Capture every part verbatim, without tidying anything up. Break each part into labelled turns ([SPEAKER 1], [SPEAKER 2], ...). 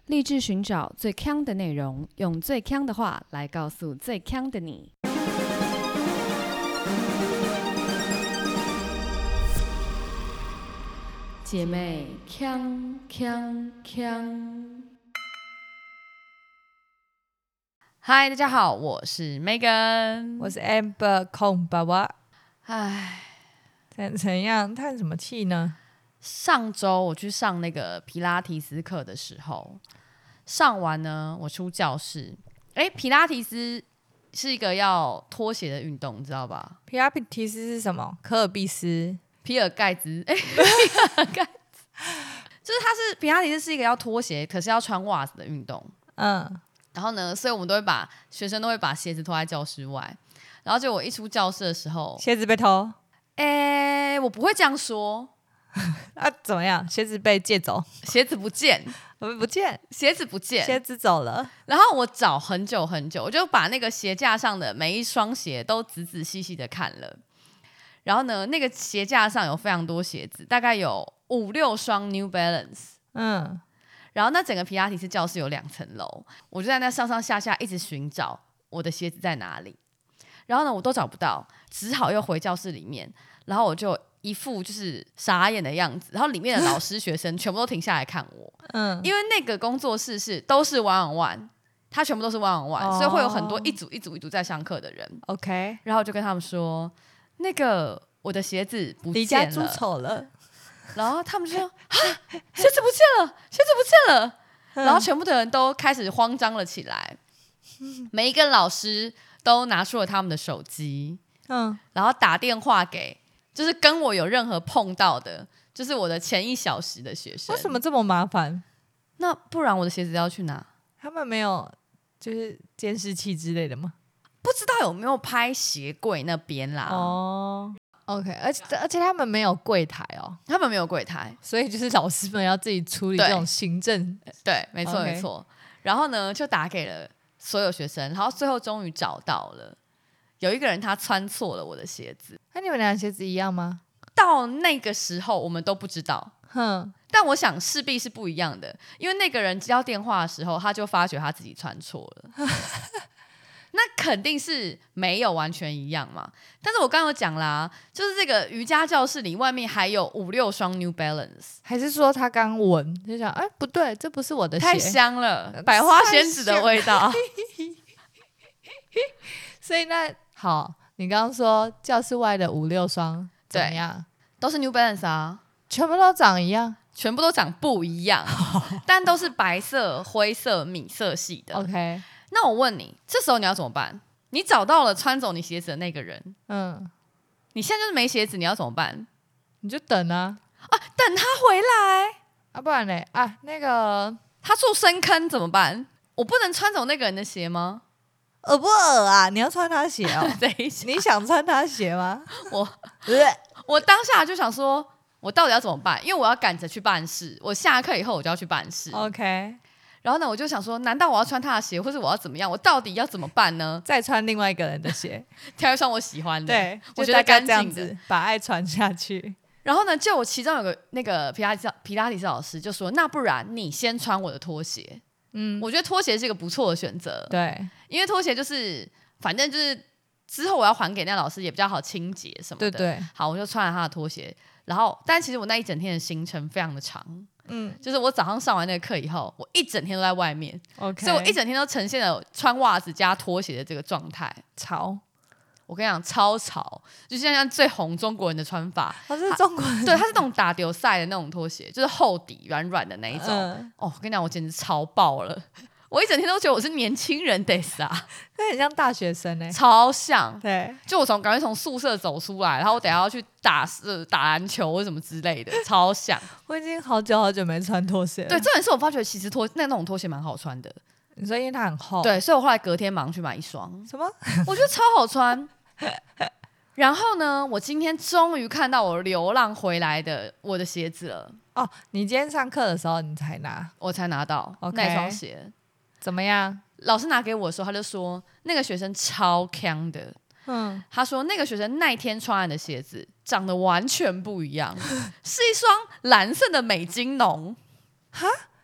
[SPEAKER 1] 立志寻找最强的内容，用最强的话来告诉最强的你。姐妹，强强强！嗨，大家好，我是 Megan，
[SPEAKER 2] 我是 Amber 空爸爸。
[SPEAKER 1] 唉，
[SPEAKER 2] 怎怎样？叹什么气呢？
[SPEAKER 1] 上周我去上那个皮拉提斯课的时候，上完呢，我出教室。哎，皮拉提斯是一个要拖鞋的运动，你知道吧？
[SPEAKER 2] 皮拉提斯是什么？可尔必斯、
[SPEAKER 1] 皮尔盖兹，哎，皮尔盖兹，就是它是皮拉提斯是一个要拖鞋，可是要穿袜子的运动。
[SPEAKER 2] 嗯，
[SPEAKER 1] 然后呢，所以我们都会把学生都会把鞋子拖在教室外。然后就我一出教室的时候，
[SPEAKER 2] 鞋子被偷。
[SPEAKER 1] 哎，我不会这样说。
[SPEAKER 2] 啊，怎么样？鞋子被借走？
[SPEAKER 1] 鞋子不见，
[SPEAKER 2] 我们不见，
[SPEAKER 1] 鞋子不见，
[SPEAKER 2] 鞋子走了。
[SPEAKER 1] 然后我找很久很久，我就把那个鞋架上的每一双鞋都仔仔细细的看了。然后呢，那个鞋架上有非常多鞋子，大概有五六双 New Balance。
[SPEAKER 2] 嗯，
[SPEAKER 1] 然后那整个皮拉提斯教室有两层楼，我就在那上上下下一直寻找我的鞋子在哪里。然后呢，我都找不到，只好又回教室里面。然后我就一副就是傻眼的样子，然后里面的老师学生全部都停下来看我，嗯，因为那个工作室是都是 one on one， 他全部都是 one on one， 所以会有很多一组一组一组在上课的人。OK， 然后我就跟他们说，那个我的鞋子不见了，离
[SPEAKER 2] 家出走了。
[SPEAKER 1] 然后他们就说啊，鞋子不见了，鞋子不见了，嗯，然后全部的人都开始慌张了起来，嗯，每一个老师都拿出了他们的手机，嗯，然后打电话给。就是跟我有任何碰到的，就是我的前一小时的学生。
[SPEAKER 2] 为什么这么麻烦？
[SPEAKER 1] 那不然我的鞋子要去哪？
[SPEAKER 2] 他们没有就是监视器之类的吗？
[SPEAKER 1] 不知道有没有拍鞋柜那边啦。哦
[SPEAKER 2] ，OK， 而且而且他们没有柜台哦，
[SPEAKER 1] 他们没有柜台，
[SPEAKER 2] 所以就是老师们要自己处理这种行政。
[SPEAKER 1] 对，没错、okay. 没错。然后呢，就打给了所有学生，然后最后终于找到了。有一个人他穿错了我的鞋子，
[SPEAKER 2] 那你们俩鞋子一样吗？
[SPEAKER 1] 到那个时候我们都不知道，哼。但我想势必是不一样的，因为那个人接到电话的时候，他就发觉他自己穿错了，那肯定是没有完全一样嘛。但是我刚刚有讲啦，就是这个瑜伽教室里外面还有五六双 New Balance，
[SPEAKER 2] 还是说他刚闻就想，哎，不对，这不是我的鞋，
[SPEAKER 1] 太香了，百花仙子的味道。
[SPEAKER 2] 所以那好，你刚刚说教室外的五六双怎么样？
[SPEAKER 1] 都是 New Balance 啊，
[SPEAKER 2] 全部都长一样，
[SPEAKER 1] 全部都长不一样，但都是白色、灰色、米色系的。
[SPEAKER 2] OK，
[SPEAKER 1] 那我问你，这时候你要怎么办？你找到了穿走你鞋子的那个人，嗯，你现在就是没鞋子，你要怎么办？
[SPEAKER 2] 你就等啊，
[SPEAKER 1] 啊，等他回来
[SPEAKER 2] 啊，不然嘞啊，那个
[SPEAKER 1] 他住深坑怎么办？我不能穿走那个人的鞋吗？
[SPEAKER 2] 恶不恶啊？你要穿他鞋哦？你想穿他鞋吗？
[SPEAKER 1] 我我当下就想说，我到底要怎么办？因为我要赶着去办事，我下课以后我就要去办事。
[SPEAKER 2] OK，
[SPEAKER 1] 然后呢，我就想说，难道我要穿他的鞋，或者我要怎么样？我到底要怎么办呢？
[SPEAKER 2] 再穿另外一个人的鞋，
[SPEAKER 1] 挑一双我喜欢的，
[SPEAKER 2] 对，
[SPEAKER 1] 我觉得干净
[SPEAKER 2] 的，把爱传下去。
[SPEAKER 1] 然后呢，就我其中有个那个皮拉提皮拉提斯老师就说，那不然你先穿我的拖鞋。嗯，我觉得拖鞋是一个不错的选择，对，因为拖鞋就是反正就是之后我要还给那老师也比较好清洁什么的，对对。好，我就穿了他的拖鞋，然后但其实我那一整天的行程非常的长，嗯，就是我早上上完那个课以后，我一整天都在外面 ，OK， 所以我一整天都呈现了穿袜子加拖鞋的这个状态，潮。我跟你讲，超潮，就像像最红中国人的穿法，
[SPEAKER 2] 他是中国人，
[SPEAKER 1] 对，他是那种打丢赛的那种拖鞋，就是厚底软软的那一种。嗯、哦，我跟你讲，我简直潮爆了，我一整天都觉得我是年轻人得啥，
[SPEAKER 2] 那很像大学生哎、欸，
[SPEAKER 1] 超像。
[SPEAKER 2] 对，
[SPEAKER 1] 就我从赶快从宿舍走出来，然后我等一下要去打呃打篮球或什么之类的，超像。
[SPEAKER 2] 我已经好久好久没穿拖鞋了。
[SPEAKER 1] 对，这也是我发觉其实拖那那种拖鞋蛮好穿的。
[SPEAKER 2] 你说因为它很厚，
[SPEAKER 1] 对，所以我后来隔天马上去买一双。
[SPEAKER 2] 什么？
[SPEAKER 1] 我觉得超好穿。然后呢，我今天终于看到我流浪回来的我的鞋子了。
[SPEAKER 2] 哦，你今天上课的时候你才拿？
[SPEAKER 1] 我才拿到、okay. 那双鞋。
[SPEAKER 2] 怎么样？
[SPEAKER 1] 老师拿给我的时候，他就说那个学生超强的。嗯，他说那个学生那天穿的鞋子长得完全不一样，是一双蓝色的美津浓。
[SPEAKER 2] 哈？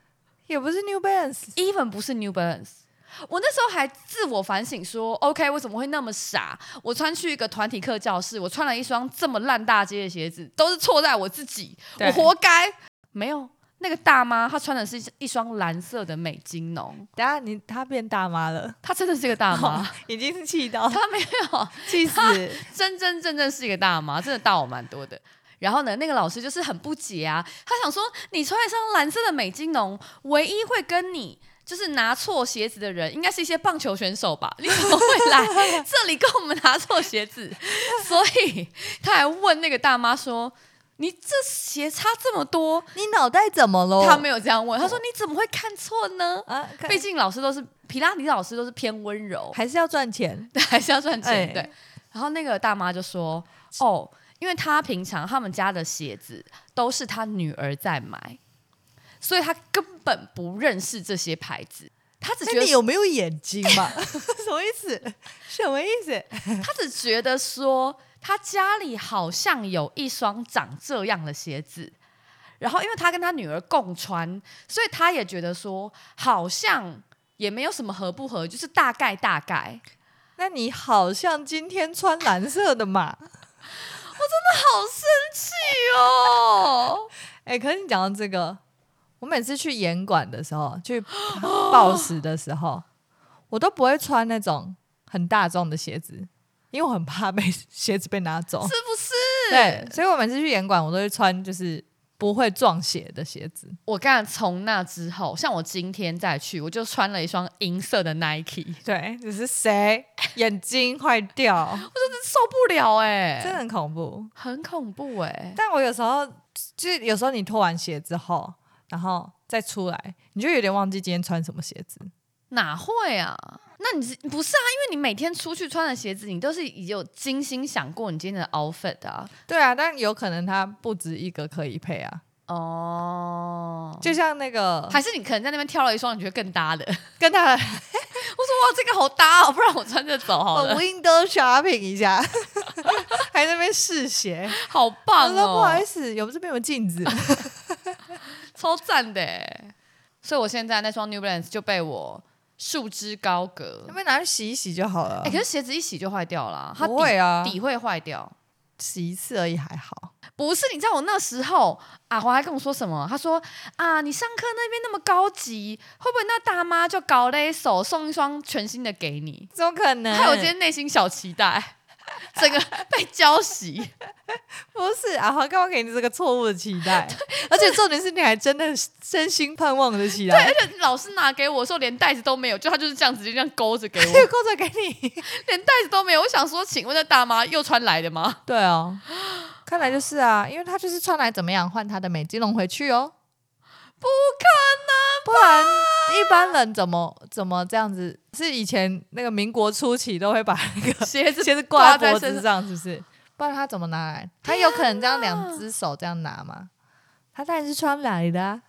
[SPEAKER 2] 也不是 New Balance，even
[SPEAKER 1] 不是 New Balance。我那时候还自我反省说 OK 我怎么会那么傻，我穿去一个团体课教室，我穿了一双这么烂大街的鞋子，都是错在我自己，我活该。没有，那个大妈她穿的是一双蓝色的美津浓。
[SPEAKER 2] 等下你她变大妈了？
[SPEAKER 1] 她真的是一个大妈、哦、
[SPEAKER 2] 已经是气到
[SPEAKER 1] 她没有
[SPEAKER 2] 气死，
[SPEAKER 1] 真真正正是一个大妈，真的大我蛮多的。然后呢，那个老师就是很不解啊，他想说你穿一双蓝色的美津浓，唯一会跟你就是拿错鞋子的人应该是一些棒球选手吧，你怎么会来这里跟我们拿错鞋子？所以他还问那个大妈说，你这鞋差这么多，
[SPEAKER 2] 你脑袋怎么了？
[SPEAKER 1] 他没有这样问，他说你怎么会看错呢？啊、毕竟老师都是皮拉提老师都是偏温柔，
[SPEAKER 2] 还是要赚钱，
[SPEAKER 1] 对，还是要赚钱、欸、对。然后那个大妈就说哦，因为他平常他们家的鞋子都是他女儿在买，所以他根本不认识这些牌子。他只觉得
[SPEAKER 2] 你有没有眼睛嘛？什么意思？什么意思？
[SPEAKER 1] 他只觉得说他家里好像有一双长这样的鞋子，然后因为他跟他女儿共穿，所以他也觉得说好像也没有什么合不合，就是大概大概。
[SPEAKER 2] 那你好像今天穿蓝色的嘛？
[SPEAKER 1] 我真的好生气哦！
[SPEAKER 2] 哎、欸，可是你讲到这个，我每次去演馆的时候，去报时的时候，我都不会穿那种很大众的鞋子，因为我很怕被鞋子被拿走，
[SPEAKER 1] 是不是？
[SPEAKER 2] 对，所以我每次去演馆，我都会穿就是不会撞鞋的鞋子。
[SPEAKER 1] 我刚才从那之后，像我今天再去，我就穿了一双银色的 Nike。
[SPEAKER 2] 对，只是谁眼睛坏掉，我
[SPEAKER 1] 真的受不了哎、欸，
[SPEAKER 2] 真的很恐怖，
[SPEAKER 1] 很恐怖哎、欸。
[SPEAKER 2] 但我有时候就是有时候你脱完鞋之后，然后再出来，你就有点忘记今天穿什么鞋子。
[SPEAKER 1] 哪会啊？那你不是啊？因为你每天出去穿的鞋子，你都是已经有精心想过你今天的 outfit 啊。
[SPEAKER 2] 对啊，但有可能它不止一个可以配啊。哦，就像那个，
[SPEAKER 1] 还是你可能在那边挑了一双你觉得更搭的，
[SPEAKER 2] 跟他的，我说
[SPEAKER 1] 哇，这个好搭哦，不然我穿着走好了。
[SPEAKER 2] 我 window shopping 一下，还在那边试鞋，
[SPEAKER 1] 好棒哦！
[SPEAKER 2] 我说不好意思，有这边有镜子，
[SPEAKER 1] 超赞的耶。所以我现在那双 New Balance 就被我束之高阁，
[SPEAKER 2] 要不要拿去洗一洗就好了？
[SPEAKER 1] 哎、欸，可是鞋子一洗就坏掉了，它底
[SPEAKER 2] 不会啊，
[SPEAKER 1] 底会坏掉，
[SPEAKER 2] 洗一次而已还好。
[SPEAKER 1] 不是，你知道我那时候阿华还跟我说什么？他说啊，你上课那边那么高级，会不会那大妈就搞了一手送一双全新的给你？
[SPEAKER 2] 怎么可能？
[SPEAKER 1] 害我今天内心小期待，整个被浇熄。
[SPEAKER 2] 不是阿华干嘛给你这个错误的期待？而且重点是你还真的真心盼望的起来。
[SPEAKER 1] 对，而且老师拿给我的时候连袋子都没有，就他就是这样直接这样勾着给我，
[SPEAKER 2] 勾着给你，
[SPEAKER 1] 连袋子都没有。我想说，请问那大妈又穿来的吗？
[SPEAKER 2] 对哦。看来就是啊，因为他就是穿来怎么样换他的美津浓回去哦，
[SPEAKER 1] 不可能，
[SPEAKER 2] 不然一般人怎么怎么这样子？是以前那个民国初期都会把那个
[SPEAKER 1] 鞋子
[SPEAKER 2] 鞋子挂在脖子上，是不是？不然他怎么拿来？他有可能这样两只手这样拿吗？他当然是穿来的、啊。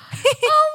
[SPEAKER 1] Oh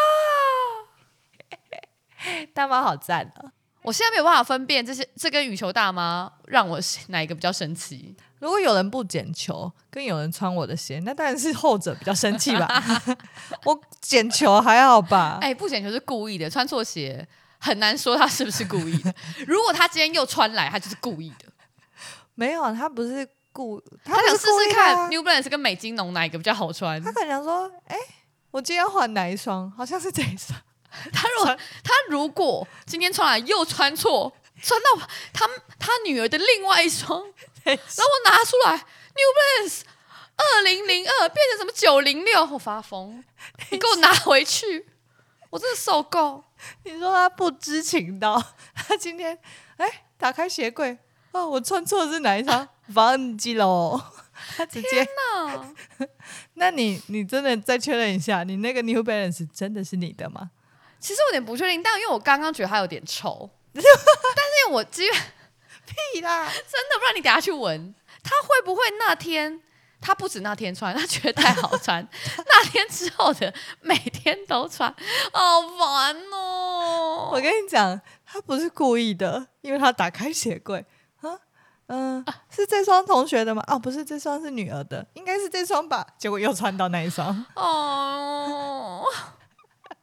[SPEAKER 1] my god！
[SPEAKER 2] 大妈好赞啊！
[SPEAKER 1] 我现在没有办法分辨这些，这跟羽球大妈让我哪一个比较生气。
[SPEAKER 2] 如果有人不捡球，跟有人穿我的鞋，那当然是后者比较生气吧。我捡球还好吧？
[SPEAKER 1] 哎、欸，不捡球是故意的，穿错鞋很难说他是不是故意的。如果他今天又穿来，他就是故意的。
[SPEAKER 2] 没有，他不是故，
[SPEAKER 1] 他, 他想试试看 New Balance 跟美津浓哪一个比较好穿。
[SPEAKER 2] 他可能想说，哎、欸，我今天要换哪一双？好像是这一双。
[SPEAKER 1] 他如果他如果今天穿来又穿错，穿到他他女儿的另外一双。然后我拿出来 New Balance 二零零二变成什么九零六，我发疯！你给我拿回去，我真的受够。
[SPEAKER 2] 你说他不知情到他今天哎打开鞋柜哦，我穿错的是哪一双？忘记了哦。他直接
[SPEAKER 1] 天哪！
[SPEAKER 2] 那你你真的再确认一下，你那个 New Balance 真的是你的吗？
[SPEAKER 1] 其实我有点不确定，但因为我刚刚觉得它有点臭，但是因为我基本
[SPEAKER 2] 屁啦，
[SPEAKER 1] 真的，不然你等下去闻，他会不会那天他不止那天穿，他觉得太好穿，那天之后的每天都穿，好烦哦！
[SPEAKER 2] 我跟你讲，他不是故意的，因为他打开鞋柜啊，嗯、呃，是这双同学的吗？哦，不是，这双是女儿的，应该是这双吧？结果又穿到那一双，
[SPEAKER 1] 哦。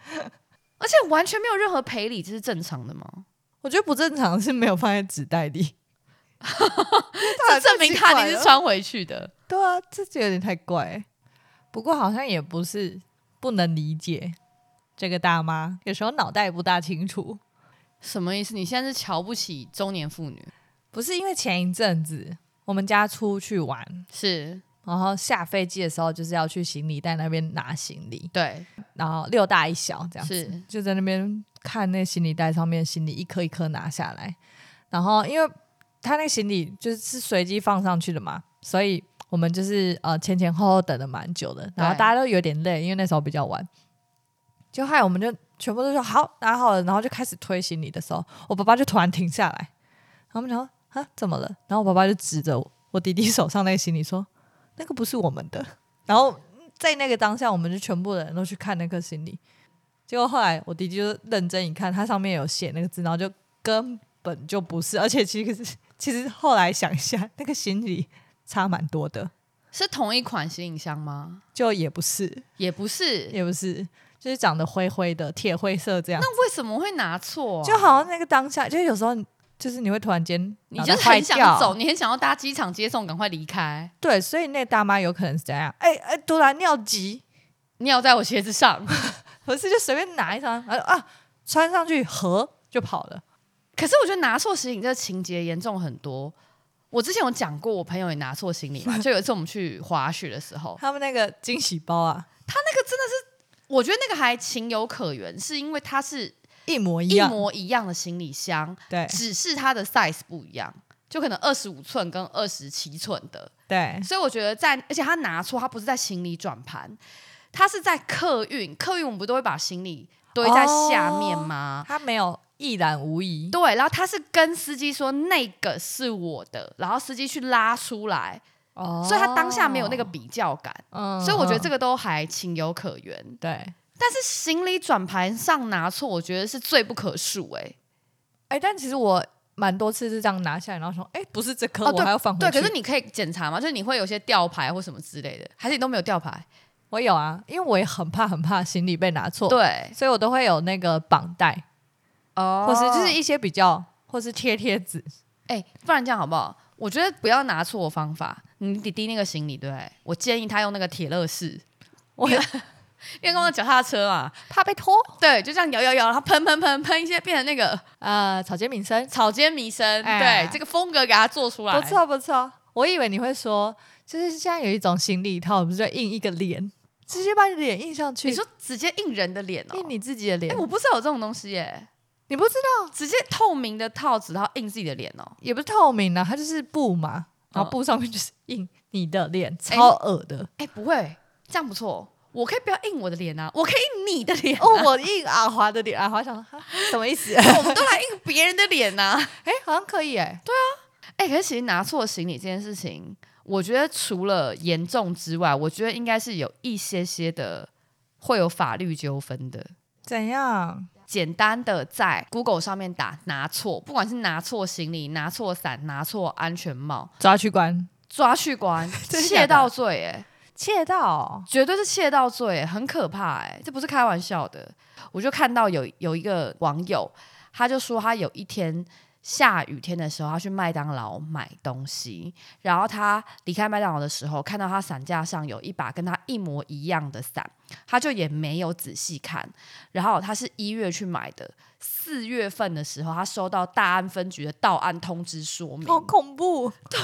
[SPEAKER 1] 而且完全没有任何赔礼，这是正常的吗？
[SPEAKER 2] 我觉得不正常是没有放在纸袋里，
[SPEAKER 1] 这证明他一定是穿回去的。
[SPEAKER 2] 对啊，这有点太怪。不过好像也不是不能理解，这个大妈有时候脑袋也不大清楚。
[SPEAKER 1] 什么意思？你现在是瞧不起中年妇女？
[SPEAKER 2] 不是，因为前一阵子我们家出去玩，
[SPEAKER 1] 是，
[SPEAKER 2] 然后下飞机的时候就是要去行李袋那边拿行李，
[SPEAKER 1] 对，
[SPEAKER 2] 然后六大一小这样子，
[SPEAKER 1] 是
[SPEAKER 2] 就在那边看那行李袋上面行李一颗一颗拿下来，然后因为他那个行李就是随机放上去的嘛，所以我们就是呃前前后后等了蛮久的，然后大家都有点累，因为那时候比较晚，就害我们就全部都说好拿好了，然后就开始推行李的时候，我爸爸就突然停下来，然后我们想说啊怎么了？然后我爸爸就指着我弟弟手上那个行李说那个不是我们的，然后在那个当下我们就全部的人都去看那个行李，结果后来我弟弟就认真一看，它上面有写那个字，然后就根本就不是，而且其实其实后来想一下，那个行李差蛮多的。
[SPEAKER 1] 是同一款行李箱吗？
[SPEAKER 2] 就也不是，
[SPEAKER 1] 也不是，
[SPEAKER 2] 也不是，就是长得灰灰的铁灰色这样。
[SPEAKER 1] 那为什么会拿错、啊？
[SPEAKER 2] 就好像那个当下，就是有时候就是你会突然间
[SPEAKER 1] 你就是很想走，你很想要搭机场接送，赶快离开。
[SPEAKER 2] 对，所以那个大妈有可能是这样，哎、欸、哎、欸，突然尿急，
[SPEAKER 1] 尿在我鞋子上，
[SPEAKER 2] 不是就随便拿一双啊，穿上去合就跑了。
[SPEAKER 1] 可是我觉得拿错行李这个情节严重很多。我之前有讲过，我朋友也拿错行李嘛，就有一次我们去滑雪的时候，
[SPEAKER 2] 他们那个惊喜包啊，
[SPEAKER 1] 他那个真的是，我觉得那个还情有可原，是因为它是
[SPEAKER 2] 一模一样
[SPEAKER 1] 一模一样的行李箱，
[SPEAKER 2] 对，
[SPEAKER 1] 只是它的 size 不一样，就可能二十五寸跟二十七寸的，
[SPEAKER 2] 对，
[SPEAKER 1] 所以我觉得在，而且他拿错，他不是在行李转盘，他是在客运，客运我们不都会把行李堆在下面吗？
[SPEAKER 2] 哦、他没有一览无遗，
[SPEAKER 1] 对，然后他是跟司机说那个是我的，然后司机去拉出来，哦、所以他当下没有那个比较感，嗯、所以我觉得这个都还情有可原。
[SPEAKER 2] 对，
[SPEAKER 1] 但是行李转盘上拿错，我觉得是罪不可恕、欸。哎，
[SPEAKER 2] 哎，但其实我蛮多次是这样拿下来，然后说，哎，不是这颗，哦、我还要放回去。
[SPEAKER 1] 对，可是你可以检查嘛，就是你会有些吊牌或什么之类的，还是你都没有吊牌？
[SPEAKER 2] 我有啊，因为我也很怕很怕行李被拿错，
[SPEAKER 1] 对，
[SPEAKER 2] 所以我都会有那个绑带。哦，或是就是一些比较，或是贴贴纸，
[SPEAKER 1] 哎、欸，不然这样好不好？我觉得不要拿错方法。你弟弟那个行李，对不对？我建议他用那个铁乐士，我因为刚刚脚踏车嘛，
[SPEAKER 2] 怕被拖。
[SPEAKER 1] 对，就这样摇摇摇，然后喷喷喷喷一些，变成那个
[SPEAKER 2] 呃草间弥生，
[SPEAKER 1] 草间弥生，哎、对，这个风格给他做出来，
[SPEAKER 2] 不错不错。我以为你会说，就是现在有一种行李套，不是就印一个脸，直接把你的脸印上去。
[SPEAKER 1] 你说直接印人的脸哦，
[SPEAKER 2] 印你自己的脸？
[SPEAKER 1] 哎、欸，我不知道有这种东西耶。
[SPEAKER 2] 你不知道，
[SPEAKER 1] 直接透明的套子，然后印自己的脸哦，
[SPEAKER 2] 也不是透明的，它就是布嘛，然后布上面就是印你的脸，嗯、超恶的。
[SPEAKER 1] 哎、欸欸，不会，这样不错，我可以不要印我的脸啊，我可以印你的脸、啊。
[SPEAKER 2] 哦，我印阿华的脸，阿华想说什么意思？
[SPEAKER 1] 我们都来印别人的脸呐、啊，
[SPEAKER 2] 哎、欸，好像可以哎、欸。
[SPEAKER 1] 对啊，哎、欸，可是其实拿错行李这件事情，我觉得除了严重之外，我觉得应该是有一些些的会有法律纠纷的。
[SPEAKER 2] 怎样？
[SPEAKER 1] 简单的在 Google 上面打拿错，不管是拿错行李、拿错伞、拿错安全帽，
[SPEAKER 2] 抓去关，
[SPEAKER 1] 抓去关，窃盗罪哎、欸，
[SPEAKER 2] 窃盗
[SPEAKER 1] 绝对是窃盗罪、欸，很可怕哎、欸，这不是开玩笑的。我就看到有有一个网友，他就说他有一天下雨天的时候，他去麦当劳买东西，然后他离开麦当劳的时候，看到他伞架上有一把跟他一模一样的伞，他就也没有仔细看。然后他是一月去买的，四月份的时候，他收到大安分局的到案通知说明，
[SPEAKER 2] 好恐怖。
[SPEAKER 1] 对，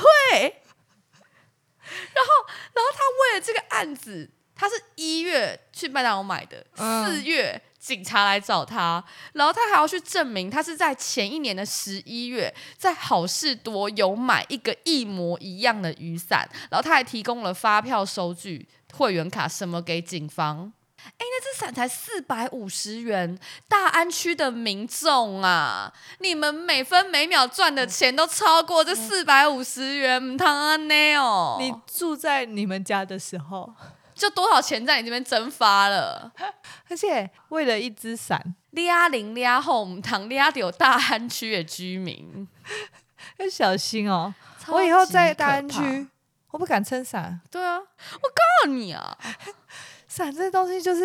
[SPEAKER 1] 然后，然后他为了这个案子，他是一月去麦当劳买的，嗯、四月。警察来找他，然后他还要去证明他是在前一年的十一月在好事多有买一个一模一样的雨伞，然后他还提供了发票、收据、会员卡什么给警方。哎，那只伞才四百五十元，大安区的民众啊，你们每分每秒赚的钱都超过这四百五十元，唔通安呢哦？
[SPEAKER 2] 你住在你们家的时候。
[SPEAKER 1] 就多少钱在你这边蒸发了，
[SPEAKER 2] 而且为了一只伞，
[SPEAKER 1] 抓零抓后，唔通抓到大安区的居民，
[SPEAKER 2] 要小心哦！我以后在大安区，我不敢撑伞。
[SPEAKER 1] 对啊，我告诉你啊，
[SPEAKER 2] 伞这东西就是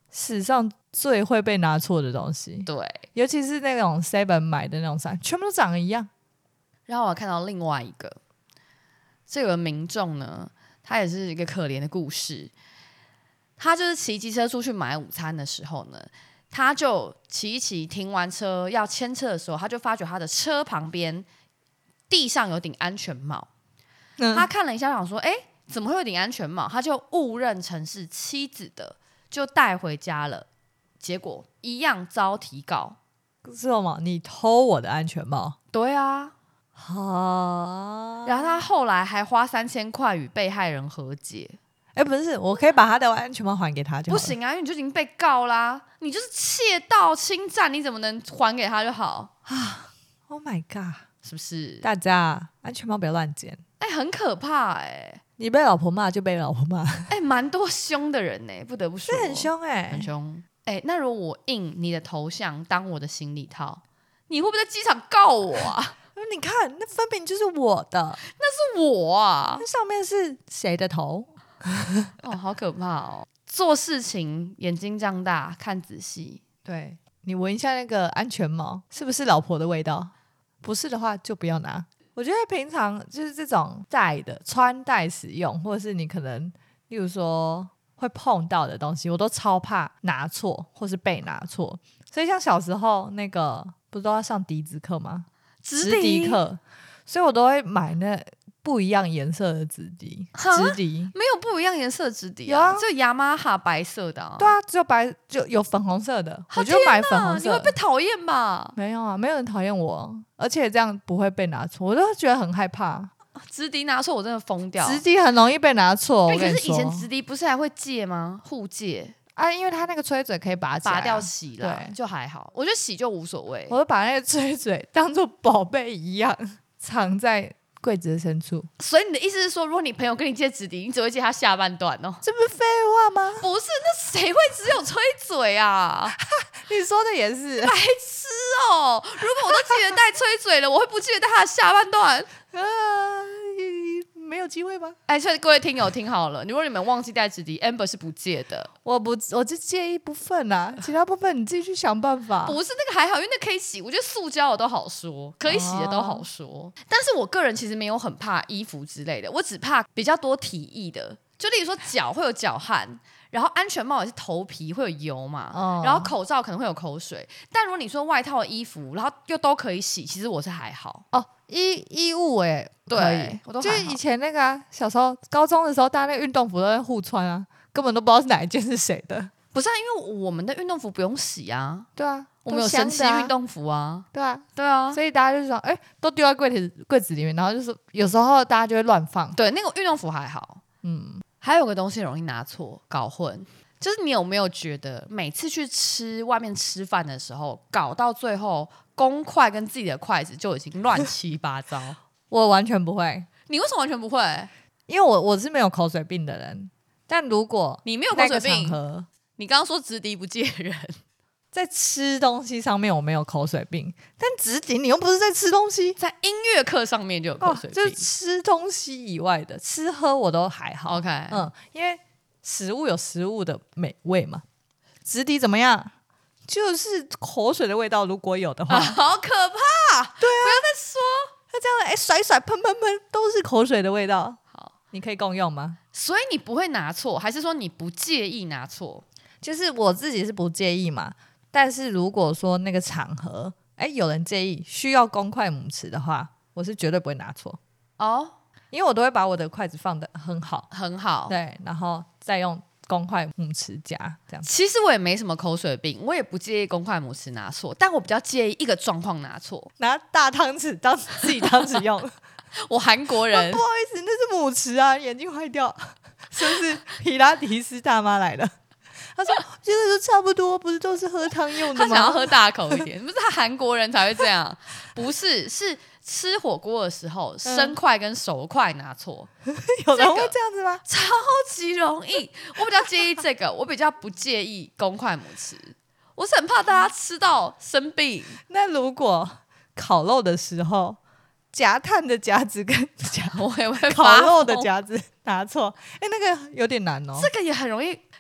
[SPEAKER 2] 史上最会被拿错的东西。
[SPEAKER 1] 对，
[SPEAKER 2] 尤其是那种 seven 买的那种伞，全部都长得一样。
[SPEAKER 1] 然后我看到另外一个，这个民众呢，他也是一个可怜的故事。他就是骑机车出去买午餐的时候呢，他就骑一骑，停完车要牵车的时候，他就发觉他的车旁边地上有顶安全帽。嗯、他看了一下，想说：“哎，怎么会有顶安全帽？”他就误认成是妻子的，就带回家了。结果一样遭提告。
[SPEAKER 2] 是吗？你偷我的安全帽？
[SPEAKER 1] 对啊。
[SPEAKER 2] 啊！
[SPEAKER 1] 然后他后来还花三千块与被害人和解。
[SPEAKER 2] 哎，不是，我可以把他的安全帽还给他就好了。
[SPEAKER 1] 不行啊，因为你就已经被告啦，你就是窃盗侵占，你怎么能还给他就好
[SPEAKER 2] 啊 ？Oh my god！
[SPEAKER 1] 是不是？
[SPEAKER 2] 大家安全帽不要乱捡。
[SPEAKER 1] 哎、欸，很可怕哎、欸！
[SPEAKER 2] 你被老婆骂就被老婆骂。
[SPEAKER 1] 哎、欸，蛮多凶的人呢、欸，不得不说，
[SPEAKER 2] 是很凶哎、欸，
[SPEAKER 1] 很凶。哎、欸，那如果我印你的头像当我的行李套，你会不会在机场告我啊？
[SPEAKER 2] 你看，那分明就是我的，
[SPEAKER 1] 那是我啊！
[SPEAKER 2] 那上面是谁的头？
[SPEAKER 1] 哦，好可怕哦！做事情眼睛张大，看仔细。
[SPEAKER 2] 对，你闻一下那个安全帽，是不是老婆的味道？不是的话，就不要拿。我觉得平常就是这种戴的、穿戴使用，或者是你可能，例如说会碰到的东西，我都超怕拿错，或是被拿错。所以像小时候那个，不是都要上笛子课吗？直笛课，所以我都会买那不一样颜色的直笛。直笛
[SPEAKER 1] 没有不一样颜色的直笛、啊，
[SPEAKER 2] 有啊，
[SPEAKER 1] 就雅马哈白色的、啊。
[SPEAKER 2] 对啊，只有白，就有粉红色的，我就买粉红色。
[SPEAKER 1] 你会被讨厌吧？
[SPEAKER 2] 没有啊，没有人讨厌我，而且这样不会被拿错，我都觉得很害怕。
[SPEAKER 1] 直笛拿错我真的疯掉，
[SPEAKER 2] 直笛很容易被拿错。我跟你说，
[SPEAKER 1] 可是以前直笛不是还会借吗？互借。
[SPEAKER 2] 啊，因为它那个吹嘴可以拔起来、啊、
[SPEAKER 1] 拔掉洗了，就还好。我觉得洗就无所谓。
[SPEAKER 2] 我就把那个吹嘴当作宝贝一样藏在柜子的深处。
[SPEAKER 1] 所以你的意思是说，如果你朋友跟你借直笛，你只会借他下半段哦？
[SPEAKER 2] 这不是废话吗？
[SPEAKER 1] 不是，那谁会只有吹嘴啊？
[SPEAKER 2] 你说的也是，
[SPEAKER 1] 白痴哦！如果我都记得带吹嘴了，我会不记得带他的下半段？
[SPEAKER 2] 啊，没有机会吗？
[SPEAKER 1] 哎，所以各位听友听好了，如果你们忘记带直笛 ，Amber 是不借的。
[SPEAKER 2] 我不，我就介意部分啊，其他部分你自己去想办法。
[SPEAKER 1] 不是那个还好，因为那可以洗。我觉得塑胶的都好说，可以洗的都好说。哦、但是我个人其实没有很怕衣服之类的，我只怕比较多体液的，就例如说脚会有脚汗。然后安全帽也是头皮会有油嘛，哦、然后口罩可能会有口水。但如果你说外套、衣服，然后又都可以洗，其实我是还好
[SPEAKER 2] 哦。衣衣物哎、欸，
[SPEAKER 1] 对，我都
[SPEAKER 2] 就是以前那个、啊、小时候高中的时候，大家那个运动服都在互穿啊，根本都不知道是哪一件是谁的。
[SPEAKER 1] 不是啊，因为我们的运动服不用洗啊。
[SPEAKER 2] 对啊，
[SPEAKER 1] 我们有神奇运动服啊。
[SPEAKER 2] 对啊，
[SPEAKER 1] 对啊，
[SPEAKER 2] 所以大家就说，哎、欸，都丢在柜子柜子里面，然后就是有时候大家就会乱放。
[SPEAKER 1] 对，那个运动服还好。嗯，还有个东西容易拿错、搞混。就是你有没有觉得每次去吃外面吃饭的时候，搞到最后公筷跟自己的筷子就已经乱七八糟？
[SPEAKER 2] 我完全不会。
[SPEAKER 1] 你为什么完全不会？
[SPEAKER 2] 因为我我是没有口水病的人。但如果
[SPEAKER 1] 你没有口水病，你刚刚说直笛不借人，
[SPEAKER 2] 在吃东西上面我没有口水病，但直笛你又不是在吃东西，
[SPEAKER 1] 在音乐课上面就有口水病。
[SPEAKER 2] 哦、就是吃东西以外的吃喝我都还好。
[SPEAKER 1] OK，
[SPEAKER 2] 嗯，因为食物有食物的美味嘛，直笛怎么样？就是口水的味道，如果有的话，啊、
[SPEAKER 1] 好可怕！
[SPEAKER 2] 对啊，
[SPEAKER 1] 不要再说，
[SPEAKER 2] 那这样哎、欸，甩甩喷喷喷都是口水的味道。好，你可以共用吗？
[SPEAKER 1] 所以你不会拿错，还是说你不介意拿错？
[SPEAKER 2] 就是我自己是不介意嘛，但是如果说那个场合，哎、欸，有人介意需要公筷母匙的话，我是绝对不会拿错哦。因为我都会把我的筷子放得很好，
[SPEAKER 1] 很好，
[SPEAKER 2] 对，然后再用公筷母匙夹这样。
[SPEAKER 1] 其实我也没什么口水病，我也不介意公筷母匙拿错，但我比较介意一个状况拿错，
[SPEAKER 2] 拿大汤匙当自己汤匙用。
[SPEAKER 1] 我韩国人，
[SPEAKER 2] 不好意思，那是母匙啊，眼睛坏掉，是不是？皮拉提斯大妈来了。他说：“这个都差不多，不是都是喝汤用的吗？”
[SPEAKER 1] 他想要喝大口一点，不是他韩国人才会这样，不是是吃火锅的时候，生筷跟熟筷拿错，
[SPEAKER 2] 嗯、有人会这样子吗？
[SPEAKER 1] 超级容易，我比较介意这个，我比较不介意公筷母匙，我是很怕大家吃到生病。
[SPEAKER 2] 那如果烤肉的时候，夹炭的夹子跟夹
[SPEAKER 1] 我也会
[SPEAKER 2] 烤肉的夹子拿错，哎、欸，那个有点难哦。
[SPEAKER 1] 这个也很容易。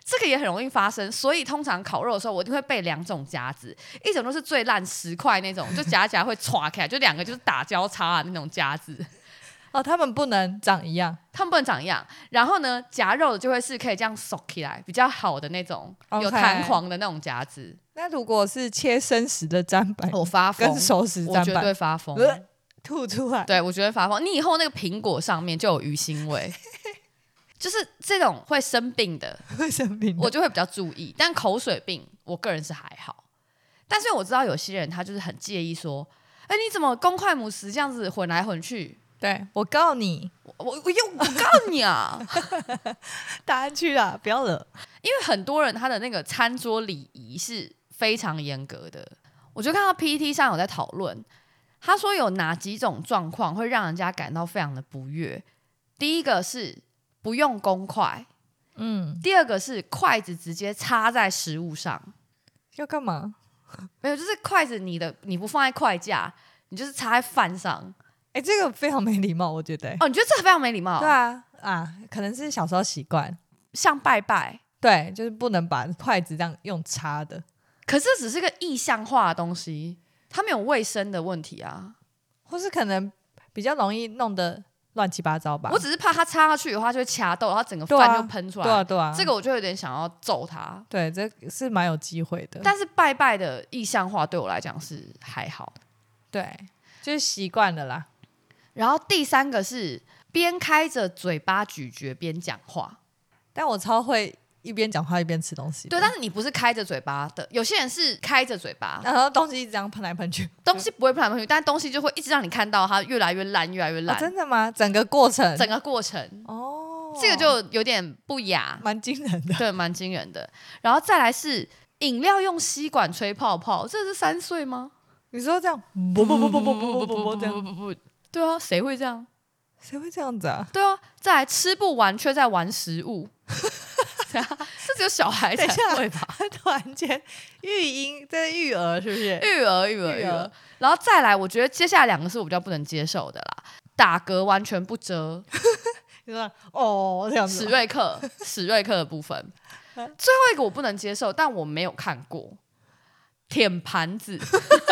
[SPEAKER 1] 这个也很容易发生，所以通常烤肉的时候，我一定会备两种夹子，一种就是最烂十块那种，就夹夹会歘开来，就两个就是打交叉的那种夹子。
[SPEAKER 2] 哦，他们不能长一样，
[SPEAKER 1] 他们不能长一样。然后呢，夹肉的就会是可以这样收起来，比较好的那种， okay. 有弹簧的那种夹子。
[SPEAKER 2] 那如果是切生食的砧板，
[SPEAKER 1] 我发疯，
[SPEAKER 2] 跟熟食砧板，
[SPEAKER 1] 我绝对发疯，
[SPEAKER 2] 呃、吐出来。
[SPEAKER 1] 对，我绝对发疯。你以后那个苹果上面就有鱼腥味。就是这种会生病的，
[SPEAKER 2] 会生病的，
[SPEAKER 1] 我就会比较注意。但口水病，我个人是还好。但是我知道有些人他就是很介意说，哎、欸，你怎么公筷母匙这样子混来混去？
[SPEAKER 2] 对，我告你，
[SPEAKER 1] 我我我又我告你啊！
[SPEAKER 2] 大安区啦，不要惹。
[SPEAKER 1] 因为很多人他的那个餐桌礼仪是非常严格的。我就看到 P T T 上有在讨论，他说有哪几种状况会让人家感到非常的不悦。第一个是不用公筷，嗯，第二个是筷子直接插在食物上，
[SPEAKER 2] 要干嘛？
[SPEAKER 1] 没有，就是筷子你的你不放在筷架，你就是插在饭上。
[SPEAKER 2] 哎、欸，这个非常没礼貌，我觉得。
[SPEAKER 1] 哦，你觉得这个非常没礼貌？
[SPEAKER 2] 对啊，啊，可能是小时候习惯，
[SPEAKER 1] 像拜拜，
[SPEAKER 2] 对，就是不能把筷子这样用插的。
[SPEAKER 1] 可是这只是个意象化的东西，它没有卫生的问题啊，
[SPEAKER 2] 或是可能比较容易弄得乱七八糟吧。
[SPEAKER 1] 我只是怕它插下去的话就会掐豆，然后整个饭就喷出来。
[SPEAKER 2] 对啊，对啊，
[SPEAKER 1] 这个我就有点想要揍他。
[SPEAKER 2] 对，这是蛮有机会的。
[SPEAKER 1] 但是拜拜的意象化对我来讲是还好，
[SPEAKER 2] 对，就是习惯了啦。
[SPEAKER 1] 然后第三个是边开着嘴巴咀嚼边讲话，
[SPEAKER 2] 但我超会一边讲话一边吃东西。
[SPEAKER 1] 对，但是你不是开着嘴巴的，有些人是开着嘴巴，
[SPEAKER 2] 然后东西一直这样喷来喷去，
[SPEAKER 1] 东西不会喷来喷去，但东西就会一直让你看到它越来越烂，越来越烂。
[SPEAKER 2] 哦、真的吗？整个过程，
[SPEAKER 1] 整个过程哦，这个就有点不雅，
[SPEAKER 2] 蛮惊人的，
[SPEAKER 1] 对，蛮惊人的。然后再来是饮料用吸管吹泡泡，这是三岁吗？
[SPEAKER 2] 你说这样，不不不不不不不不不这样，
[SPEAKER 1] 不不，对啊，谁会这样？
[SPEAKER 2] 谁会这样子啊？
[SPEAKER 1] 对啊，再来吃不完却在玩食物，这只有小孩才会吧？
[SPEAKER 2] 突然间，育婴这是育儿是不是？
[SPEAKER 1] 育儿育儿育儿。然后再来，我觉得接下来两个是我比较不能接受的啦，打嗝完全不遮。
[SPEAKER 2] 你说哦这样子，
[SPEAKER 1] 史瑞克史瑞克的部分，最后一个我不能接受，但我没有看过舔盘子。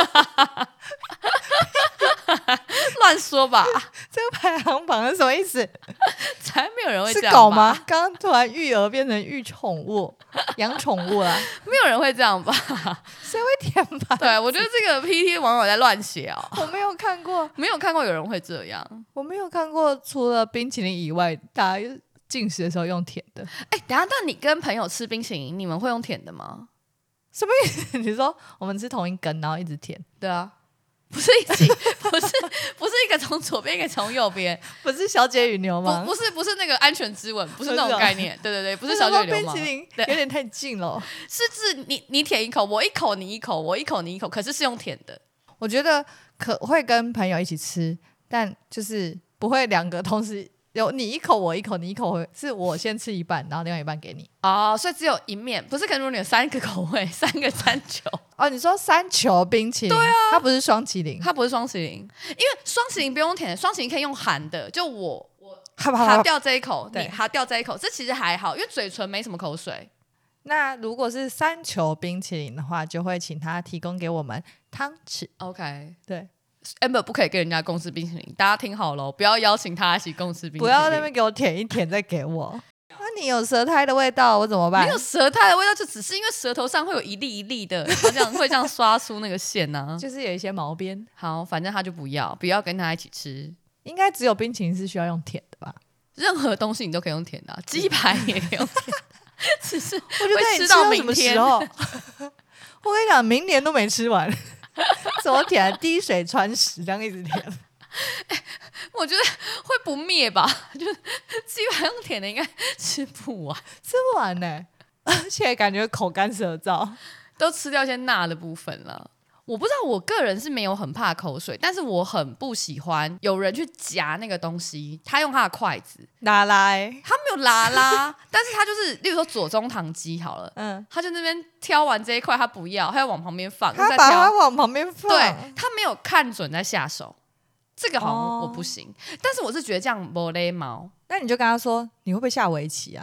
[SPEAKER 1] 乱说吧，
[SPEAKER 2] 这个排行榜是什么意思？
[SPEAKER 1] 才没有人会这样吧？
[SPEAKER 2] 是狗吗？刚刚突然育儿变成育宠物，养宠物啦，
[SPEAKER 1] 没有人会这样吧？
[SPEAKER 2] 谁会舔盘子？对，
[SPEAKER 1] 我觉得这个 P T 网友在乱写哦。
[SPEAKER 2] 我没有看过，
[SPEAKER 1] 没有看过有人会这样。
[SPEAKER 2] 我没有看过，除了冰淇淋以外，大家进食的时候用舔的。
[SPEAKER 1] 哎、欸，等一下，那你跟朋友吃冰淇淋，你们会用舔的吗？
[SPEAKER 2] 什么意思？你说我们吃同一根，然后一直舔？
[SPEAKER 1] 对啊。不是一起，不是不是一个从左边，一个从右边，
[SPEAKER 2] 不是小姐与牛吗？
[SPEAKER 1] 不不是不是那个安全之吻，不是那种概念。对对对，不是小姐与牛吗？
[SPEAKER 2] 冰淇淋有点太近了。
[SPEAKER 1] 是指你你舔一口，我一口你一口，我一口你一口，可是是用舔的。
[SPEAKER 2] 我觉得可会跟朋友一起吃，但就是不会两个同时有你一口我一口你一口，是我先吃一半，然后另外一半给你。
[SPEAKER 1] 哦，所以只有一面，不是可能如果你有三个口味，三个三球。
[SPEAKER 2] 哦，你说三球冰淇淋？
[SPEAKER 1] 对啊，
[SPEAKER 2] 它不是双淇淋，
[SPEAKER 1] 它不是双淇淋，因为双淇淋不用舔，双淇淋可以用含的，就我我哈掉这一口，你哈掉这一口，这其实还好，因为嘴唇没什么口水。
[SPEAKER 2] 那如果是三球冰淇淋的话，就会请他提供给我们汤匙。
[SPEAKER 1] OK，
[SPEAKER 2] 对。
[SPEAKER 1] Amber 不可以跟人家共吃冰淇淋，大家听好了，不要邀请他一起共吃冰淇淋，
[SPEAKER 2] 不要在那边给我舔一舔再给我。那你有舌苔的味道，我怎么办？
[SPEAKER 1] 没有舌苔的味道，就只是因为舌头上会有一粒一粒的，然后这样会这样刷出那个线啊，
[SPEAKER 2] 就是有一些毛边。
[SPEAKER 1] 好，反正他就不要，不要跟他一起吃。
[SPEAKER 2] 应该只有冰淇淋是需要用舔的吧？
[SPEAKER 1] 任何东西你都可以用舔的、啊，鸡排也可以用舔，只是
[SPEAKER 2] 我就
[SPEAKER 1] 会吃到明天。
[SPEAKER 2] 什么时候我跟你讲，明年都没吃完。怎么舔、啊？滴水穿石，这样一直舔。
[SPEAKER 1] 欸、我觉得会不灭吧，就是鸡排用舔的应该吃不完，
[SPEAKER 2] 吃不完呢、欸，而且感觉口干舌燥，
[SPEAKER 1] 都吃掉一些钠的部分了。我不知道，我个人是没有很怕口水，但是我很不喜欢有人去夹那个东西，他用他的筷子
[SPEAKER 2] 拉拉、欸，
[SPEAKER 1] 他没有拉拉，但是他就是，例如说左宗棠鸡好了，嗯，他就那边挑完这一块，他不要，他要往旁边放，
[SPEAKER 2] 他把它往旁边放，
[SPEAKER 1] 对，他没有看准再下手，这个好像我不行，哦、但是我是觉得这样没礼貌。
[SPEAKER 2] 那你就跟他说，你会不会下围棋啊？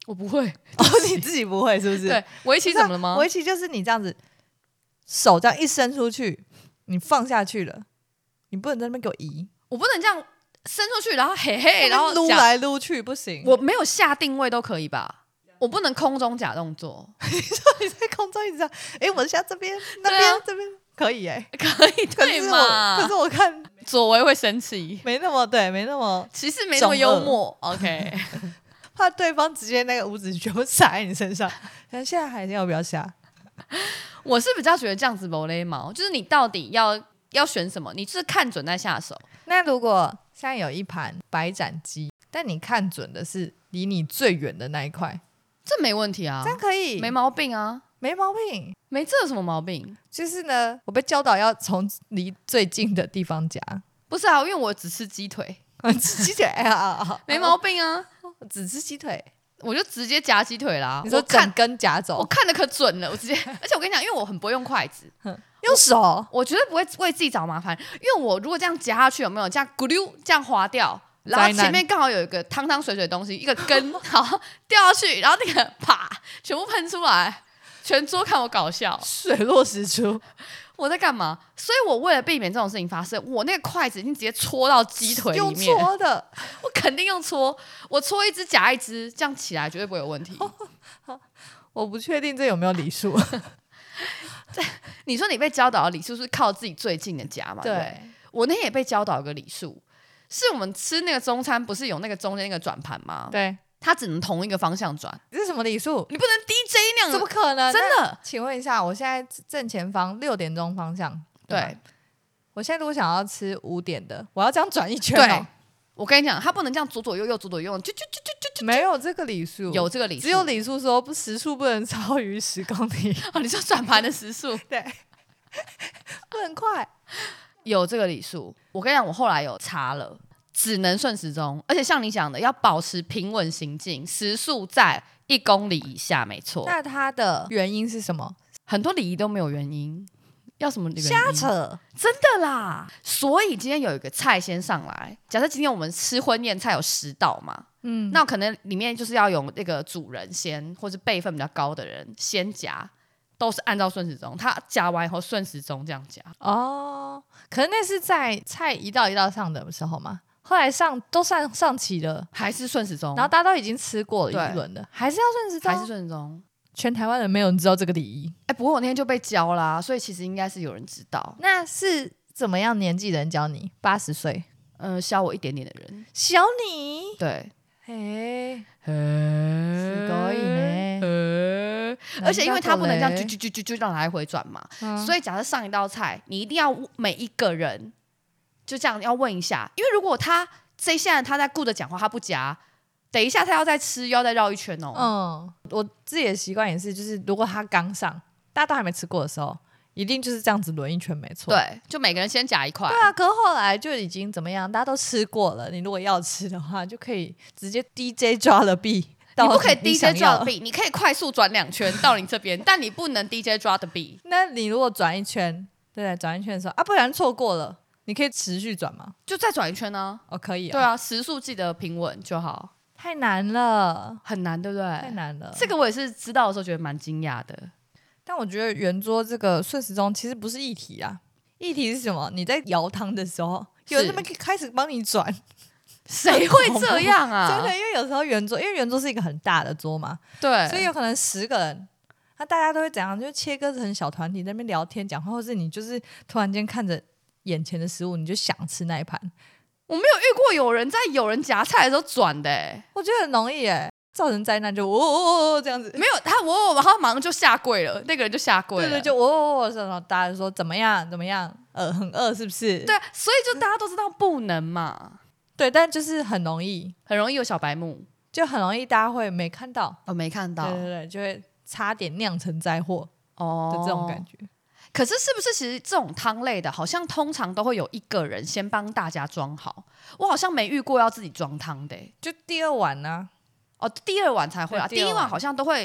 [SPEAKER 1] 我不会。
[SPEAKER 2] 哦，你自己不会是不是？
[SPEAKER 1] 对，围棋怎么了吗？
[SPEAKER 2] 围棋就是你这样子，手这样一伸出去，你放下去了，你不能在那边给我移，
[SPEAKER 1] 我不能这样伸出去，然后嘿嘿，然后
[SPEAKER 2] 撸来撸去不行。
[SPEAKER 1] 我没有下定位都可以吧？我不能空中假动作。
[SPEAKER 2] 你说你在空中一直这样，哎，我下这边那边、啊、这边可以哎、
[SPEAKER 1] 欸，可以对嘛？
[SPEAKER 2] 可是我看
[SPEAKER 1] 左为会生气，
[SPEAKER 2] 没那么对，没那么
[SPEAKER 1] 其实没那么幽默。OK，
[SPEAKER 2] 怕对方直接那个五指全部撒在你身上。但现在还要不要下？
[SPEAKER 1] 我是比较觉得这样子没礼貌，就是你到底要要选什么？你是看准再下手。
[SPEAKER 2] 那如果现在有一盘白斩鸡，但你看准的是离你最远的那一块，这
[SPEAKER 1] 没问题啊，
[SPEAKER 2] 这样可以，
[SPEAKER 1] 没毛病啊，
[SPEAKER 2] 没毛病，
[SPEAKER 1] 没这有什么毛病？
[SPEAKER 2] 就是呢，我被教导要从离最近的地方夹。
[SPEAKER 1] 不是啊，因为我只吃鸡腿，
[SPEAKER 2] 吃鸡腿啊，
[SPEAKER 1] 没毛病啊，
[SPEAKER 2] 只吃鸡腿。
[SPEAKER 1] 我就直接夹鸡腿啦。
[SPEAKER 2] 你说整根夹走？
[SPEAKER 1] 我看的可准了，我直接，而且我跟你讲，因为我很不会用筷子，
[SPEAKER 2] 用手我，
[SPEAKER 1] 我绝对不会为自己找麻烦。因为我如果这样夹下去，有没有这样咕溜这样滑掉，然后前面刚好有一个汤汤水水的东西，一个根好掉下去，然后那个啪全部喷出来，全桌看我搞笑，
[SPEAKER 2] 水落石出。
[SPEAKER 1] 我在干嘛？所以我为了避免这种事情发生，我那个筷子已经直接戳到鸡腿里面，
[SPEAKER 2] 用搓的，
[SPEAKER 1] 我肯定用搓，我搓一只夹一只，这样起来绝对不会有问题。
[SPEAKER 2] 我不确定这有没有礼数。
[SPEAKER 1] 你说你被教导的礼数是靠自己最近的夹嘛？ 对, 对，我那天也被教导一个礼数，是我们吃那个中餐不是有那个中间那个转盘吗？
[SPEAKER 2] 对，
[SPEAKER 1] 它只能同一个方向转。
[SPEAKER 2] 这是什么礼数？
[SPEAKER 1] 你不能 D J 那样，
[SPEAKER 2] 怎么可能？
[SPEAKER 1] 真的？
[SPEAKER 2] 请问一下，我现在正前方六点钟方向，对，对，我现在如果想要吃五点的，我要这样转一圈、哦。
[SPEAKER 1] 对，我跟你讲，它不能这样左左右右左左右右，就就就就就
[SPEAKER 2] 没有这个礼数，
[SPEAKER 1] 有这个礼数，
[SPEAKER 2] 只有礼数说不时速不能超于十公里。
[SPEAKER 1] 哦，你说转盘的时速，
[SPEAKER 2] 对，不能快，
[SPEAKER 1] 有这个礼数。我跟你讲，我后来有查了。只能顺时钟，而且像你讲的，要保持平稳行进，时速在一公里以下，没错。
[SPEAKER 2] 那它的原因是什么？
[SPEAKER 1] 很多礼仪都没有原因，要什么原因？
[SPEAKER 2] 瞎扯，
[SPEAKER 1] 真的啦。所以今天有一个菜先上来，假设今天我们吃婚宴菜有十道嘛，嗯，那可能里面就是要有那个主人先，或是辈分比较高的人先夹，都是按照顺时钟，他夹完以后顺时钟这样夹。
[SPEAKER 2] 哦，可是那是在菜一道一道上的时候吗？后来上都上上齐了，
[SPEAKER 1] 还是顺时钟，
[SPEAKER 2] 然后大家都已经吃过了一轮了，还是要顺时钟，
[SPEAKER 1] 还是顺时钟。
[SPEAKER 2] 全台湾人没有人知道这个礼仪。
[SPEAKER 1] 哎、欸，不过我那天就被教啦，所以其实应该是有人知道。
[SPEAKER 2] 那是怎么样年纪的人教你？八十岁，
[SPEAKER 1] 嗯，小我一点点的人，
[SPEAKER 2] 小你，
[SPEAKER 1] 对，
[SPEAKER 2] 嘿，
[SPEAKER 1] す
[SPEAKER 2] ごいね。
[SPEAKER 1] 而且因为他不能这样啾啾啾啾啾让来回转嘛、嗯，所以假设上一道菜，你一定要每一个人。就这样要问一下，因为如果他这现在他在顾着讲话，他不夹，等一下他要再吃，又要再绕一圈哦。
[SPEAKER 2] 嗯，我自己的习惯也是，就是如果他刚上，大家都还没吃过的时候，一定就是这样子轮一圈，没错。
[SPEAKER 1] 对，就每个人先夹一块。
[SPEAKER 2] 对啊，可是后来就已经怎么样，大家都吃过了。你如果要吃的话，就可以直接 D J 抓了币。
[SPEAKER 1] 你不可以 D J 抓的币，你可以快速转两圈到你这边，但你不能 D J 抓的币。
[SPEAKER 2] 那你如果转一圈，对对，转一圈的时候啊，不然错过了。你可以持续转吗？
[SPEAKER 1] 就再转一圈呢、
[SPEAKER 2] 啊？哦，可以啊。
[SPEAKER 1] 对啊，时速记得平稳就好。
[SPEAKER 2] 太难了，
[SPEAKER 1] 很难，对不对？
[SPEAKER 2] 太难了。
[SPEAKER 1] 这个我也是知道的时候觉得蛮惊讶的。
[SPEAKER 2] 但我觉得圆桌这个顺时钟其实不是议题啊，议题是什么？你在舀汤的时候，有人那么开始帮你转，
[SPEAKER 1] 谁会这样啊？
[SPEAKER 2] 真的，因为有时候圆桌，因为圆桌是一个很大的桌嘛，
[SPEAKER 1] 对，
[SPEAKER 2] 所以有可能十个人。那大家都会怎样？就切割成小团体在那边聊天讲话，或是你就是突然间看着眼前的食物，你就想吃那一盘。
[SPEAKER 1] 我没有遇过有人在有人夹菜的时候转的、欸，
[SPEAKER 2] 我觉得很容易哎，造成灾难就哦哦哦这样子。
[SPEAKER 1] 没有他我我他马上就下跪了，那个人就下跪了，
[SPEAKER 2] 对对，就哦哦哦，然后大家就说怎么样怎么样，呃，很饿是不是？
[SPEAKER 1] 对，所以就大家都知道不能嘛。
[SPEAKER 2] 对，但就是很容易，
[SPEAKER 1] 很容易有小白目，
[SPEAKER 2] 就很容易大家会没看到，
[SPEAKER 1] 哦，没看到，
[SPEAKER 2] 对对对，就会差点酿成灾祸哦的这种感觉。
[SPEAKER 1] 可是是不是其实这种汤类的，好像通常都会有一个人先帮大家装好？我好像没遇过要自己装汤的、欸，
[SPEAKER 2] 就第二碗呢、
[SPEAKER 1] 啊？哦，第二碗才会啊，第一碗好像都会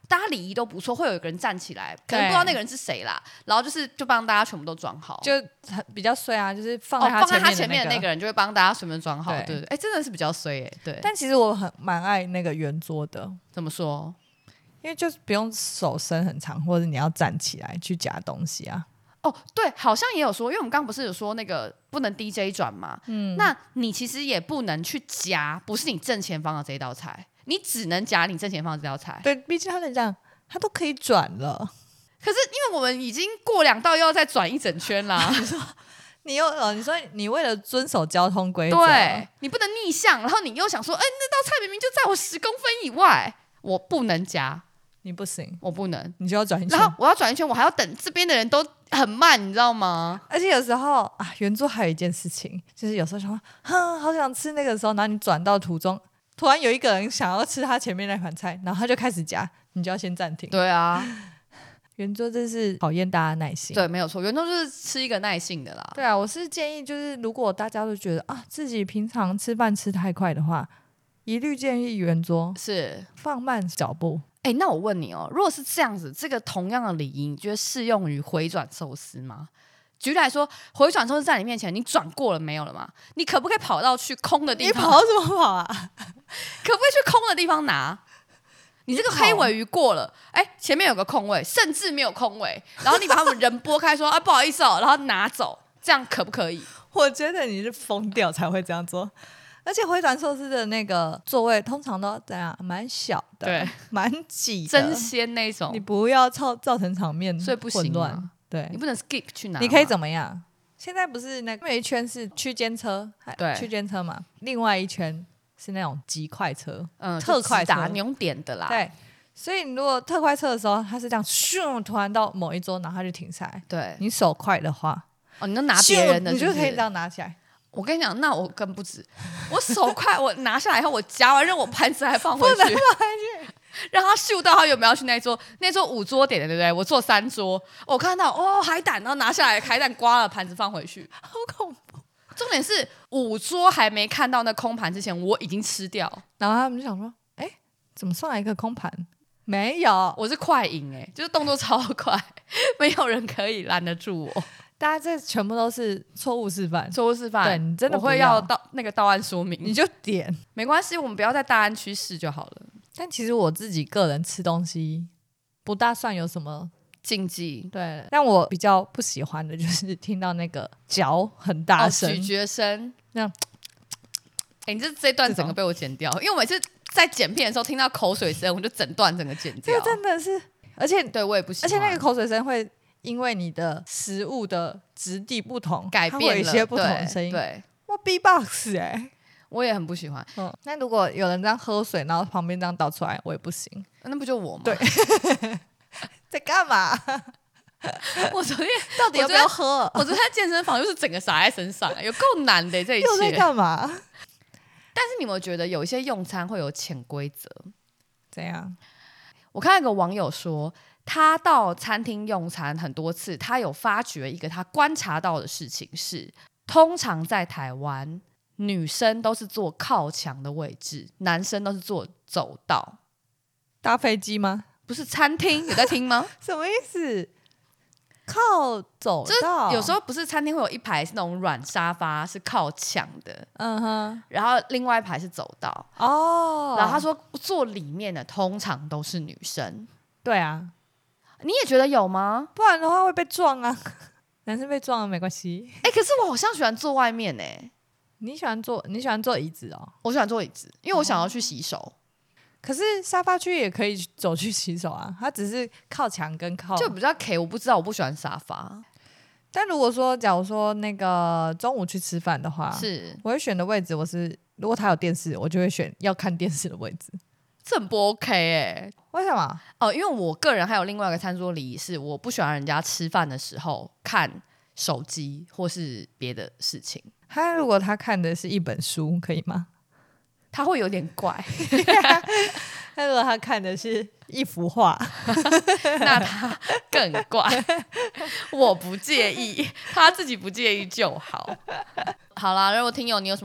[SPEAKER 1] 大家礼仪都不错，会有一个人站起来，可能不知道那个人是谁啦，然后就是就帮大家全部都装好，
[SPEAKER 2] 就比较衰啊，就是放在他前面的、那个
[SPEAKER 1] 哦、放在他前面的那个人就会帮大家全部装好，对对对，哎、欸，真的是比较衰哎、欸，对。
[SPEAKER 2] 但其实我很蛮爱那个圆桌的，
[SPEAKER 1] 怎么说？
[SPEAKER 2] 因为就是不用手伸很长，或者你要站起来去夹东西啊。
[SPEAKER 1] 哦，对，好像也有说，因为我们刚刚不是有说那个不能 D J 转嘛，嗯，那你其实也不能去夹，不是你正前方的这一道菜，你只能夹你正前方的这道菜。
[SPEAKER 2] 对，毕竟他能这样，他都可以转了。
[SPEAKER 1] 可是因为我们已经过两道，又要再转一整圈啦。
[SPEAKER 2] 你说你又哦，你说你为了遵守交通规则，
[SPEAKER 1] 对，你不能逆向，然后你又想说，哎，那道菜明明就在我十公分以外，我不能夹。
[SPEAKER 2] 你不行，
[SPEAKER 1] 我不能，
[SPEAKER 2] 你就要转一圈，
[SPEAKER 1] 然后我要转一圈，我还要等这边的人都很慢，你知道吗？
[SPEAKER 2] 而且有时候啊，圆桌还有一件事情，就是有时候想说，哼，好想吃那个时候，然后你转到途中，突然有一个人想要吃他前面那盘菜，然后他就开始夹，你就要先暂停。
[SPEAKER 1] 对啊，
[SPEAKER 2] 圆桌真是考验大家耐心。
[SPEAKER 1] 对，没有错，圆桌就是吃一个耐性的啦。
[SPEAKER 2] 对啊，我是建议，就是如果大家都觉得啊，自己平常吃饭吃太快的话，一律建议圆桌
[SPEAKER 1] 是放
[SPEAKER 2] 慢脚步。
[SPEAKER 1] 哎、欸，那我问你哦，如果是这样子，这个同样的礼仪，你觉得适用于回转寿司吗？举例来说，回转寿司在你面前，你转过了没有了吗？你可不可以跑到去空的地方？
[SPEAKER 2] 你跑什么跑啊？
[SPEAKER 1] 可不可以去空的地方拿？你这个黑尾鱼过了，哎、欸，前面有个空位，甚至没有空位，然后你把他们人拨开说，啊，不好意思哦，然后拿走，这样可不可以？
[SPEAKER 2] 我觉得你是疯掉才会这样做。而且回转寿司的那个座位通常都怎样，蛮小的，
[SPEAKER 1] 对，
[SPEAKER 2] 蛮挤的，
[SPEAKER 1] 真鲜那种，
[SPEAKER 2] 你不要造造成场面混乱，
[SPEAKER 1] 所以不行啊。
[SPEAKER 2] 对，
[SPEAKER 1] 你不能 skip 去拿，
[SPEAKER 2] 你可以怎么样？现在不是那个有一圈是区间车，对，区间车嘛，另外一圈是那种极快车，嗯，特快车
[SPEAKER 1] 打牛点的啦。
[SPEAKER 2] 对，所以你如果特快车的时候，它是这样咻，突然到某一桌，然后它就停下来。
[SPEAKER 1] 对，
[SPEAKER 2] 你手快的话，
[SPEAKER 1] 哦，你都拿别人的是不是，
[SPEAKER 2] 你就可以这样拿起来。
[SPEAKER 1] 我跟你讲，那我更不止，我手快，我拿下来以后，我夹完肉，我盘子还放回去，
[SPEAKER 2] 放回去，
[SPEAKER 1] 让他嗅到他有没有要去那桌，那桌五桌点的，对不对？我坐三桌，我看到哦海胆，然后拿下来，海胆刮了盘子放回去，
[SPEAKER 2] 好恐怖。
[SPEAKER 1] 重点是五桌还没看到那空盘之前，我已经吃掉，
[SPEAKER 2] 然后他们就想说，哎，怎么上来一个空盘？没有，
[SPEAKER 1] 我是快赢哎、欸，就是动作超快，没有人可以拦得住我。
[SPEAKER 2] 大家这全部都是错误示范，
[SPEAKER 1] 错误示范。
[SPEAKER 2] 对，你真的
[SPEAKER 1] 我会要到那个到案说明，
[SPEAKER 2] 你就点，
[SPEAKER 1] 没关系，我们不要在大安区试就好了。
[SPEAKER 2] 但其实我自己个人吃东西不大算有什么
[SPEAKER 1] 禁忌，
[SPEAKER 2] 对。但我比较不喜欢的就是听到那个嚼很大声、
[SPEAKER 1] 哦、咀嚼声，
[SPEAKER 2] 那样。
[SPEAKER 1] 哎、欸，你这这段整个被我剪掉，因为我每次在剪片的时候听到口水声，我就整段整个剪掉。
[SPEAKER 2] 这真的是，而且
[SPEAKER 1] 对我也不喜欢，
[SPEAKER 2] 而且那个口水声会。因为你的食物的质地不同，
[SPEAKER 1] 改变了
[SPEAKER 2] 一些不同的声音。
[SPEAKER 1] 对，
[SPEAKER 2] 我 B-box 哎、欸，
[SPEAKER 1] 我也很不喜欢。
[SPEAKER 2] 嗯，那如果有人这样喝水，然后旁边这样倒出来，我也不行。
[SPEAKER 1] 那不就我吗？
[SPEAKER 2] 对，在干嘛？
[SPEAKER 1] 我昨天
[SPEAKER 2] 到底要不要喝？
[SPEAKER 1] 我昨天在健身房就是整个洒在身上，有够难的这一切。
[SPEAKER 2] 又在干嘛？
[SPEAKER 1] 但是你有没有觉得有一些用餐会有潜规则？
[SPEAKER 2] 怎样？
[SPEAKER 1] 我看到一个网友说。他到餐厅用餐很多次，他有发觉一个他观察到的事情是，通常在台湾，女生都是坐靠墙的位置，男生都是坐走道。
[SPEAKER 2] 搭飞机吗？
[SPEAKER 1] 不是，餐厅有在听吗？
[SPEAKER 2] 什么意思？靠走道？
[SPEAKER 1] 有时候不是餐厅会有一排是那种软沙发，是靠墙的，
[SPEAKER 2] 嗯哼，
[SPEAKER 1] 然后另外一排是走道。哦，然后他说坐里面的通常都是女生。
[SPEAKER 2] 对啊。
[SPEAKER 1] 你也觉得有吗？
[SPEAKER 2] 不然的话会被撞啊！男生被撞了没关系。
[SPEAKER 1] 哎、欸，可是我好像喜欢坐外面呢、欸。
[SPEAKER 2] 你喜欢坐？你喜欢坐椅子哦？
[SPEAKER 1] 我喜欢坐椅子，因为我想要去洗手。哦、
[SPEAKER 2] 可是沙发区也可以走去洗手啊，它只是靠墙跟靠
[SPEAKER 1] 就比较 K， 我不知道，我不喜欢沙发。
[SPEAKER 2] 但如果说，假如说那个中午去吃饭的话，
[SPEAKER 1] 是
[SPEAKER 2] 我会选的位置，我是如果他有电视，我就会选要看电视的位置。
[SPEAKER 1] 这很不 OK 哎、欸，
[SPEAKER 2] 为什么？
[SPEAKER 1] 哦，因为我个人还有另外一个餐桌礼仪，是我不喜欢人家吃饭的时候看手机或是别的事情。
[SPEAKER 2] 他如果他看的是一本书，可以吗？
[SPEAKER 1] 他会有点怪。
[SPEAKER 2] 他如果他看的是一幅画，
[SPEAKER 1] 那他更怪。我不介意，他自己不介意就好。好啦，如果听友你有什么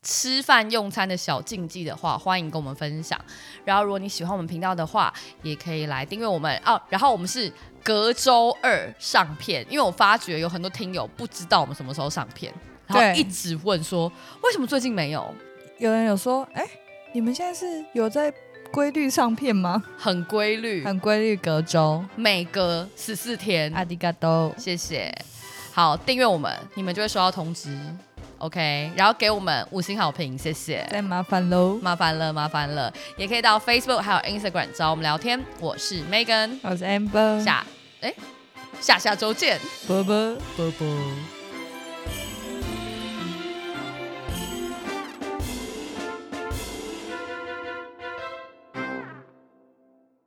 [SPEAKER 1] 吃饭用餐的小禁忌的话，欢迎跟我们分享。然后如果你喜欢我们频道的话，也可以来订阅我们哦。然后我们是隔周二上片，因为我发觉有很多听友不知道我们什么时候上片，然后一直问说为什么最近没有。
[SPEAKER 2] 有人有说，哎、欸，你们现在是有在规律上片吗？
[SPEAKER 1] 很规律，
[SPEAKER 2] 很规律，隔周
[SPEAKER 1] 每隔十四天。
[SPEAKER 2] 阿迪嘎多，
[SPEAKER 1] 谢谢。好，订阅我们，你们就会收到通知。OK， 然后给我们五星好评，谢谢。
[SPEAKER 2] 再麻烦喽，
[SPEAKER 1] 麻烦了，麻烦了。也可以到 Facebook 还有 Instagram 找我们聊天。我是 Megan，
[SPEAKER 2] 我是 Amber，
[SPEAKER 1] 下哎下下周见，
[SPEAKER 2] 啵啵啵啵。